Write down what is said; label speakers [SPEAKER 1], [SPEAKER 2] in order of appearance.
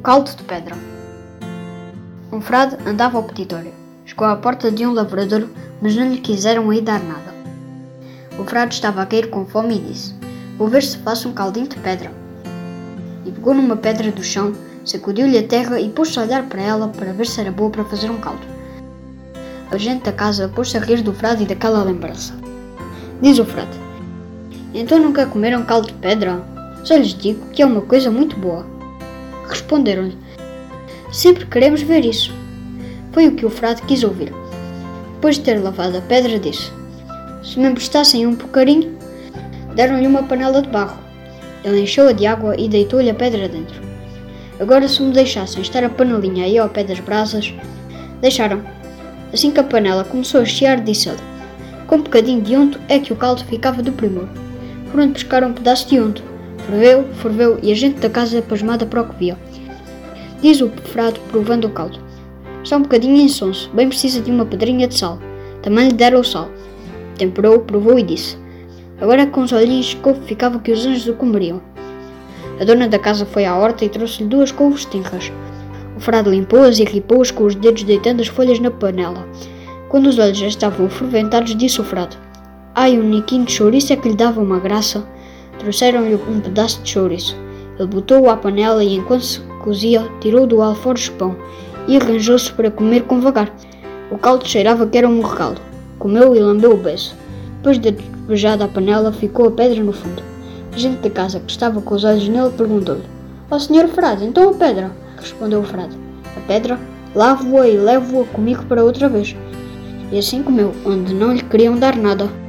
[SPEAKER 1] caldo de pedra. Um frade andava ao petitório. Chegou à porta de um lavrador, mas não lhe quiseram aí dar nada. O frade estava a cair com fome e disse: "Vou ver se faço um caldinho de pedra." E pegou numa pedra do chão, sacudiu-lhe a terra e pôs-se a olhar para ela para ver se era boa para fazer um caldo. A gente da casa pôs-se a rir do frade e daquela lembrança. Diz o frade: "Então nunca comeram caldo de pedra? Só lhes digo que é uma coisa muito boa." Responderam-lhe: "Sempre queremos ver isso." Foi o que o frade quis ouvir. Depois de ter lavado a pedra, disse: "Se me emprestassem um bocadinho." Deram-lhe uma panela de barro. Ele encheu-a de água e deitou-lhe a pedra dentro. Agora, se me deixassem estar a panelinha aí ao pé das brasas. Deixaram. Assim que a panela começou a chiar, disse ele: "Com um bocadinho de unto é que o caldo ficava do primor." Foram pescar um pedaço de unto. Ferveu, ferveu e a gente da casa pasmada para o que via. Diz o frade, provando o caldo: "Está um bocadinho insonso, bem precisa de uma pedrinha de sal." Também lhe deram o sal. Temperou, provou e disse: "Agora com os olhinhos de couve ficava que os anjos o comeriam." A dona da casa foi à horta e trouxe-lhe 2 couves tenras. O frade limpou-as e ripou-as com os dedos, deitando as folhas na panela. Quando os olhos já estavam ferventados, disse o frade: "Ai, um niquinho de chouriço é que lhe dava uma graça." Trouxeram-lhe um pedaço de chouriço. Ele botou-o à panela e, enquanto se cozia, tirou do alforje pão e arranjou-se para comer com vagar. O caldo cheirava que era um regalo. Comeu e lambeu o beiço. Depois de despejada a panela, ficou a pedra no fundo. A gente da casa, que estava com os olhos nele, perguntou-lhe: "Ó senhor frade, então a pedra?" Respondeu o frade: "A pedra? Lavo-a e levo-a comigo para outra vez." E assim comeu, onde não lhe queriam dar nada.